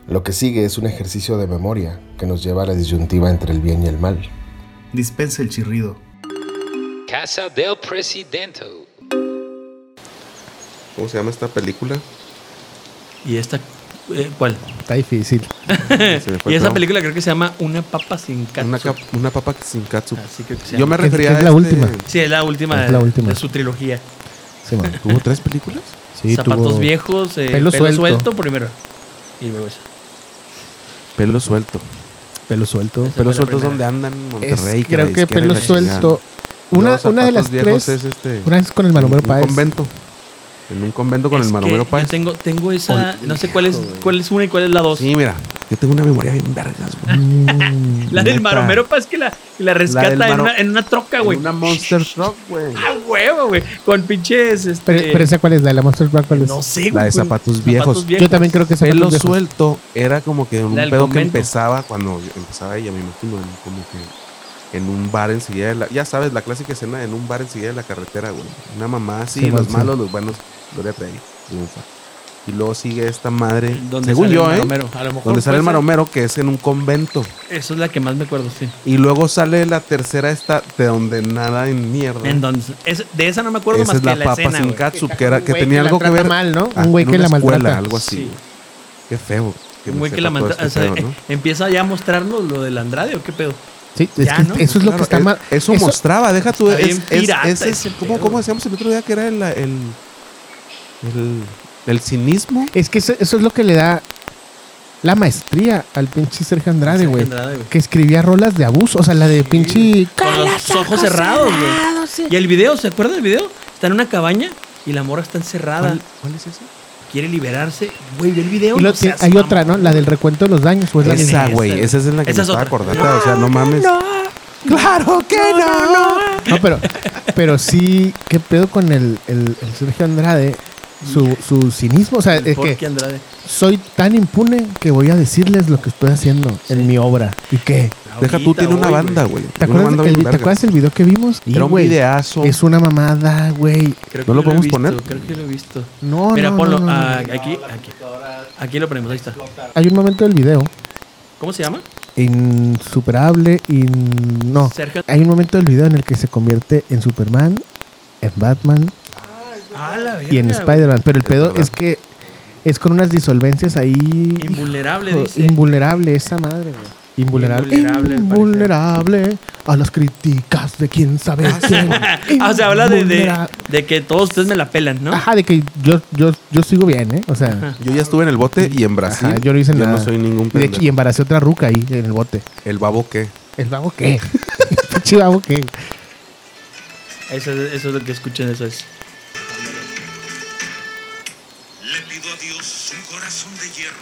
Lo que sigue es un ejercicio de memoria que nos lleva a la disyuntiva entre el bien y el mal. Dispensa el chirrido. Casa del Presidente. ¿Cómo se llama esta película? ¿Y esta cuál? Está difícil. Y esa película creo que se llama Una papa sin katsu. Una papa sin katsu. Así creo que se llama. Yo me refería es a la última. Sí, es la última, Es la última. de su trilogía. Sí, man. ¿Tuvo 3 películas? Sí, Zapatos tuvo viejos, Pelo pelo suelto. suelto primero. Y luego esa. Pelo suelto. Pelo suelto. Esa Pelo fue la suelto es primera. donde andan en Monterrey. Creo la que izquierda y Pelo la suelto. chingada. Una de las Zapatos viejos tres. es Una es con el Maromero un Páez. convento. En un convento con Es el que Maromero yo Páez. tengo esa, no sé cuál es una y cuál es la dos. Sí, mira. Yo tengo una memoria bien vergas, güey. La del neta. Maromero Páez que la rescata en una troca, güey. Una Monster Truck, güey. ¡Ah, huevo, güey! Con pinches, Pero esa cuál es, la de la Monster Truck, ¿cuál es? no sé, güey. La de zapatos viejos. Yo también creo que es Pelo Zapatos Viejos. suelto era como que un La del pedo que convento. empezaba cuando empezaba ella, me imagino, como que en un bar enseguida de la, ya sabes, la clásica escena en un bar enseguida de la carretera, güey. Una mamá así, Sí, los sí. malos, los buenos, Gloria Trevi, triunfa. Y luego sigue esta madre, Donde según sale yo, el Maromero. A lo mejor donde sale el puede ser. Maromero, que es en un convento. Eso es la que más me acuerdo, sí. Y luego sale la tercera esta, de donde nada en mierda. En donde, de esa no me acuerdo Esa más es que la la papa escena, sin güey. katsu, Que que, era, un que güey tenía que la algo que trata ver. mal, ¿no? Ah, Un güey en que una la escuela, maltrata. algo así. Sí. Qué feo. Que Un me güey que la sepa todo manda, este pedo, ¿no? empieza ya a mostrarnos lo del Andrade o qué pedo. Sí, Ya, es que ¿no? eso es lo que Claro, está mal. Eso mostraba, deja tú. Está bien pirata ese ese ¿cómo pedo. decíamos el otro día que era el cinismo? Es que eso es lo que le da la maestría al pinche Sergio Andrade, Sergio güey. Andrade, güey. Que escribía rolas de abuso. O sea, la de pinche. Con los ojos cerrados, güey. Y el video, ¿se acuerdan del video? Está en una cabaña y la morra está encerrada. ¿Cuál es ese? Quiere liberarse. Güey, ve el video. Y no lo- seas hay mamón. otra, ¿no? La del recuento de los daños. Pues la Esa, Esa, esa, güey. Esa es en la que esa me es estaba otra. acordando. O sea, no mames. Claro que no. No, pero sí, ¿qué pedo con el Sergio Andrade? Su cinismo. O sea, es Porky que Andrade. soy tan impune que voy a decirles lo que estoy haciendo en mi obra. ¿Y qué? Deja tú, Ahorita, tiene una hoy, banda, güey. ¿Te acuerdas del video que vimos? Era un güey, videazo. es una mamada, güey. Creo ¿No lo he podemos visto, poner? Creo que lo he visto. No, Mira, no, ponlo. no, no. Aquí lo ponemos, ahí está. Hay un momento del video ¿Cómo se llama? insuperable, no. Sergio. Hay un momento del video en el que se convierte en Superman, en Batman Ah, la y en verga, Spider-Man. Pero el Es pedo verdad. es que es con unas disolvencias ahí. Invulnerable, hijo, dice. Invulnerable esa madre, güey. Invulnerable. Invulnerable, al Invulnerable a las críticas de quién sabe quién. Ah, o sea, habla Invulnerable. de que todos ustedes me la pelan, ¿no? Ajá, de que yo sigo bien, ¿eh? O sea, Yo ya estuve en el bote y en Brasil. ajá, yo no hice nada. no soy ningún Y de hecho, pendejo. y embaracé otra ruca ahí en el bote. ¿El babo qué? ¿El babo qué? Pinche babo qué. Eso es lo que escuchen, eso es. Le pido a Dios un corazón de hierro.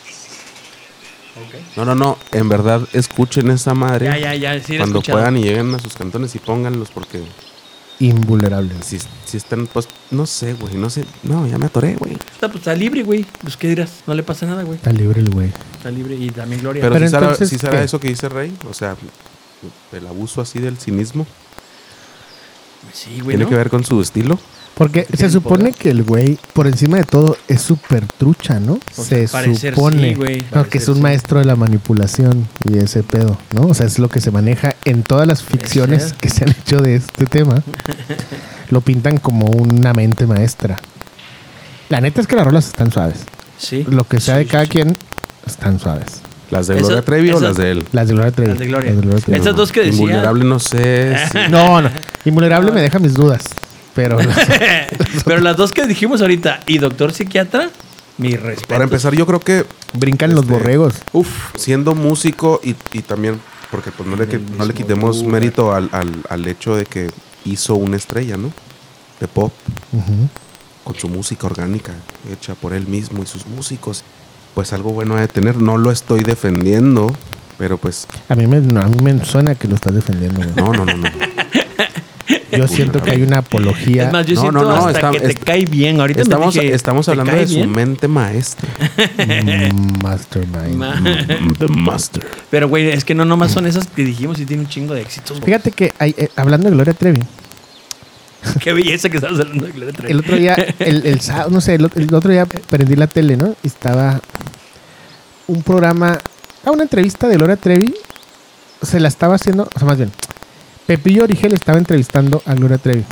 No. En verdad, escuchen esa madre. Ya, sí, la he Cuando escuchado. puedan y lleguen a sus cantones y pónganlos porque Invulnerable. si están, pues, no sé, güey, no sé. No, ya me atoré, güey. Está libre, güey. Pues, ¿qué dirás? No le pasa nada, güey. Está libre el güey. Está libre y también Gloria. Pero Pero si será, entonces, sí será ¿qué? eso que dice Rey, o sea, el abuso así del cinismo. Sí, güey, ¿Tiene ¿no? que ver con su estilo? Porque Que se tiene supone poder. que el güey, por encima de todo, es súper trucha, ¿no? O Se sea, parecer supone. sí, güey, No, que es parecer un sí. maestro de la manipulación y ese pedo, ¿no? O sea, es lo que se maneja en todas las ficciones ser. que se han hecho de este tema. Lo pintan como una mente maestra. La neta es que las rolas están suaves. Sí. Lo que sea de Sí, cada sí. quien, están suaves. ¿Las de Esa- Gloria Trevi o esa- las de él? Las de Gloria Trevi. Las de Gloria. Trevi. Estas dos que decía. Invulnerable no sé. si- No. Invulnerable me deja mis dudas. Pero Pero las dos que dijimos ahorita y Doctor Psiquiatra, mi respeto. Para empezar, yo creo que brincan los borregos. siendo músico y también, porque pues no le quitemos mérito al hecho de que hizo una estrella, ¿no? De pop, Ujú. con su música orgánica, hecha por él mismo y sus músicos. Pues algo bueno ha de tener. No lo estoy defendiendo, pero pues A mí me suena que lo estás defendiendo, güey. no. Yo siento que hay una apología. Es más, yo No, siento no, hasta que te cae bien. Ahorita Estamos hablando de su mente maestra. Mastermind. The Master. Pero, güey, es que no nomás son esas que dijimos y tiene un chingo de éxitos, güey. Fíjate que hablando de Gloria Trevi, Qué belleza que estabas hablando de Gloria Trevi. el otro día, el sábado, no sé, el otro día prendí la tele, ¿no? Y estaba un programa, una entrevista de Gloria Trevi. Se la estaba haciendo, o sea, más bien, Pepillo Origel estaba entrevistando a Gloria Trevi.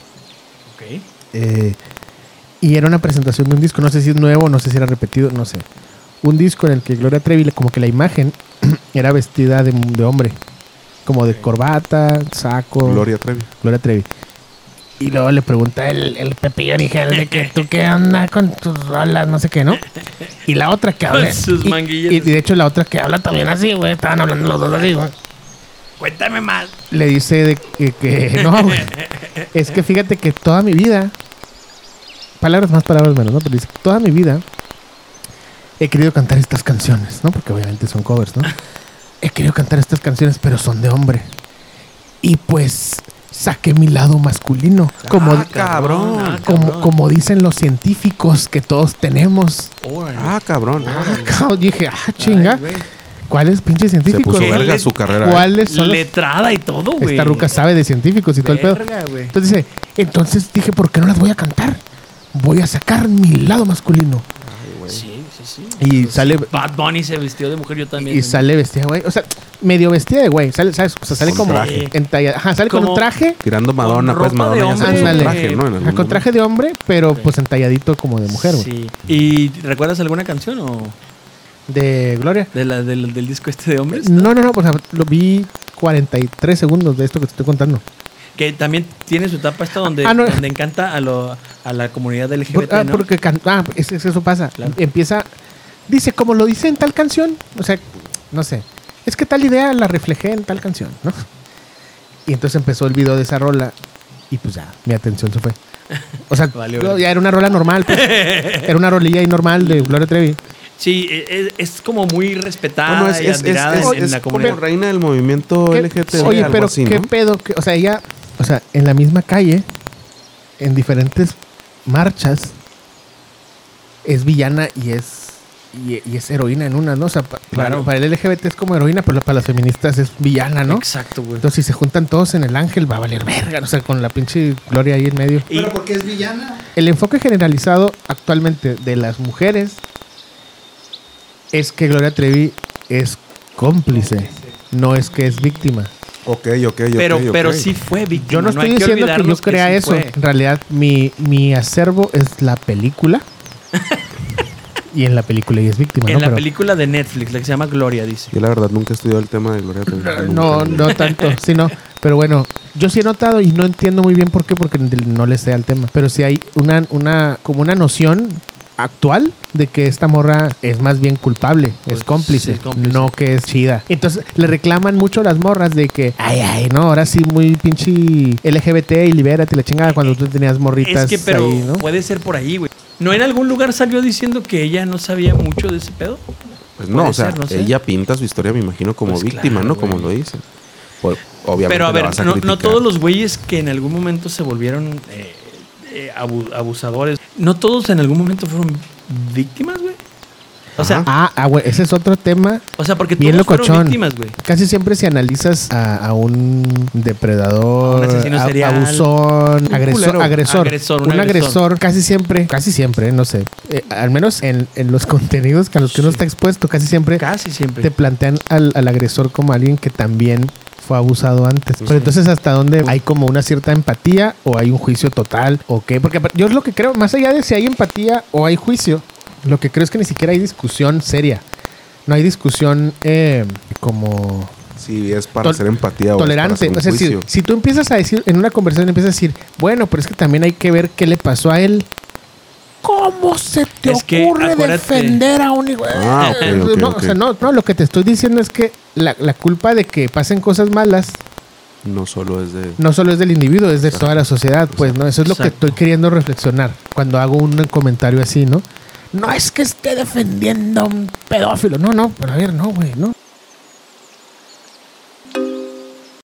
Ok. Y era una presentación de un disco, no sé si es nuevo, no sé si era repetido, no sé. Un disco en el que Gloria Trevi, como que la imagen era vestida de hombre. Como de corbata, saco. Gloria Trevi. Y luego le pregunta el Pepillo Origel de que tú qué onda con tus rolas, no sé qué, ¿no? Y la otra que habla. Con sus manguillas. Y de hecho la otra que habla también así, güey. Estaban hablando los dos así, güey. Cuéntame más. Le dice de que no, güey. Es que fíjate que toda mi vida, palabras más, palabras menos, ¿no? Pero dice, toda mi vida he querido cantar estas canciones, ¿no? Porque obviamente son covers, ¿no? He querido cantar estas canciones, pero son de hombre. Y pues saqué mi lado masculino. Como, cabrón. como dicen los científicos que todos tenemos. Cabrón. Dije, chinga. Ay, güey. ¿Cuáles pinches Se científicos? puso verga su carrera. ¿Cuáles son los- Letrada y todo, güey. Esta ruca sabe de científicos y todo el pedo. Verga, güey. Entonces dije, ¿por qué no las voy a cantar? Voy a sacar mi lado masculino. Sí. Y sale Bad Bunny se vistió de mujer, yo también. y sale vestida de güey. O sea, medio vestida de güey. Sale, ¿sabes? O sea, sale Con como traje. entallada. Ajá, sale con Como- un traje. Tirando Madonna, Con pues ropa de Madonna ya se puso hombre, un traje, ¿no? En algún Con traje de hombre, pero pues entalladito como de mujer, güey. Sí. ¿Y recuerdas alguna canción o De Gloria. del disco este de hombres? No, o sea, lo vi 43 segundos de esto que te estoy contando. Que también tiene su etapa esta donde, No. donde encanta a la comunidad LGBT, ¿no? Porque eso pasa. Claro. Empieza, dice, como lo dice en tal canción, o sea, no sé, es que tal idea la reflejé en tal canción, ¿no? Y entonces empezó el video de esa rola y pues ya, mi atención se fue. O sea, Vale. ya era una rola normal, pues. Era una rolilla ahí normal de Gloria Trevi. Sí, es como muy respetada Bueno, y admirada en la como comunidad. reina del movimiento ¿Qué- LGTB. Oye, algo pero así, qué ¿no? pedo, o sea, ella, o sea, en la misma calle, en diferentes marchas, es villana y es heroína en una, ¿no? O sea, Claro. para el LGBT es como heroína, pero para las feministas es villana, ¿no? Exacto, güey. Entonces, si se juntan todos en el ángel, va a valer verga, o sea, con la pinche Gloria ahí en medio. Y- ¿Pero por qué es villana? El enfoque generalizado actualmente de las mujeres es que Gloria Trevi es cómplice, no es que es víctima. Ok. pero sí fue víctima. Yo no estoy hay que diciendo que yo olvidarnos crea sí eso. fue. En realidad, mi acervo es la película. Y en la película ella es víctima, En ¿no? la Pero- película de Netflix, la que se llama Gloria, dice. Yo la verdad nunca he estudiado el tema de Gloria Trevi. No tanto, sí, no. Pero bueno, yo sí he notado y no entiendo muy bien por qué, porque no le sé al tema. Pero sí hay como una noción actual de que esta morra es más bien culpable, Pues, es cómplice, sí, es cómplice. no que es chida. Entonces le reclaman mucho las morras de que, no, ahora sí muy pinche LGBT y libérate la chingada cuando tú tenías morritas Es que, pero ahí, ¿no? puede ser por ahí, güey. ¿No en algún lugar salió diciendo que ella no sabía mucho de ese pedo? Pues no, Puede o sea, ser, no sé. ella pinta su historia, me imagino, como Pues víctima, claro, ¿no? Como güey. lo dice. Pues, obviamente Pero a la ver, vas a no criticar. todos los güeyes que en algún momento se volvieron abusadores, no todos en algún momento fueron víctimas, güey. O sea, Güey, ese es otro tema. porque Bien todos fueron locochón. víctimas, güey. Casi siempre si analizas a un depredador, A un asesino serial. abusón, Un agresor, culero. un agresor, casi siempre, no sé, al menos en los contenidos a los que uno está expuesto, casi siempre te plantean al agresor como alguien que también fue abusado antes. Pero entonces, ¿hasta dónde hay como una cierta empatía o hay un juicio total o qué? Porque yo es lo que creo, más allá de si hay empatía o hay juicio, lo que creo es que ni siquiera hay discusión seria. No hay discusión como Sí, es para hacer empatía o tolerante. es para O sea, hacer un juicio. si tú empiezas a decir, en una conversación empiezas a decir, bueno, pero es que también hay que ver qué le pasó a él. ¿Cómo se te Es que, ocurre acuérdate. defender a un hijo? Ok, No, ok. o sea, no, lo que te estoy diciendo es que la culpa de que pasen cosas malas No solo es de... no solo es del individuo, es de toda la sociedad. Pues no, eso es lo que Exacto. estoy queriendo reflexionar cuando hago un comentario así, ¿no? No es que esté defendiendo a un pedófilo. No, pero a ver, no, güey, no.